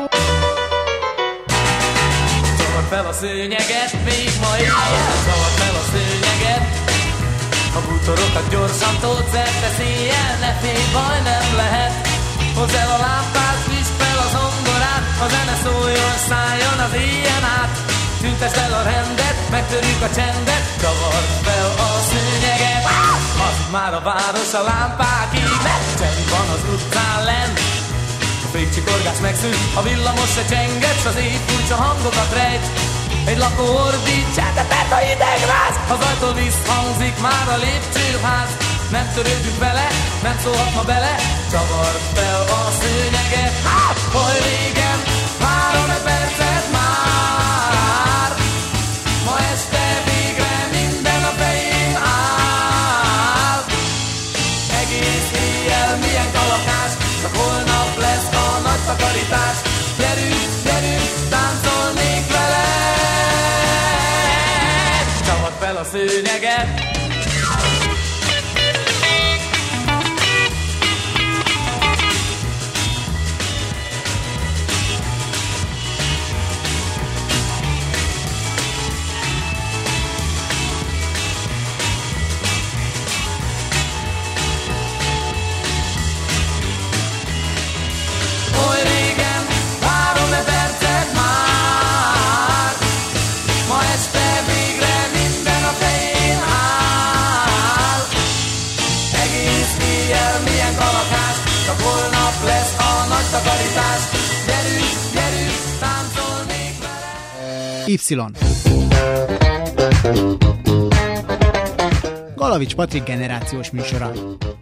Szabad fel a szőnyeget, még ma éjjel. Szabad fel a szőnyeget. A bútorokat gyorsan tolsz el, te széjjel, ne félj, baj nem lehet. Hozz el a lámpát, friss fel a zongorát, a zene szóljon, szálljon az éjjel át. Tüntesd el a rendet, megtörjük a csendet, csavard fel a szőnyeget. Hazud már a város a lámpák égnek, csend van az utcán lenn. A fékcsikorgás megszűnt, a villamos se csenget, s az éj furcsa hangokat rejt. Egy lakó ordít, csendetet a hideg ráz, az ajtó visszhangzik már a lépcsőház. Nem törődünk vele, nem szólhat ma bele, csavard fel a szőnyeget. Oly régen, 3 percet már, ma este végre minden a fején áll. Egész éjjel milyen kalapás, csak holnap lesz a nagy takarítás. Gyerünk, gyerünk, táncolnék vele, csavard fel a szőnyeget. Takarítás, gyerünk, gyerünk, táncolnék vele. Y. Galavics Patrik generációs műsora.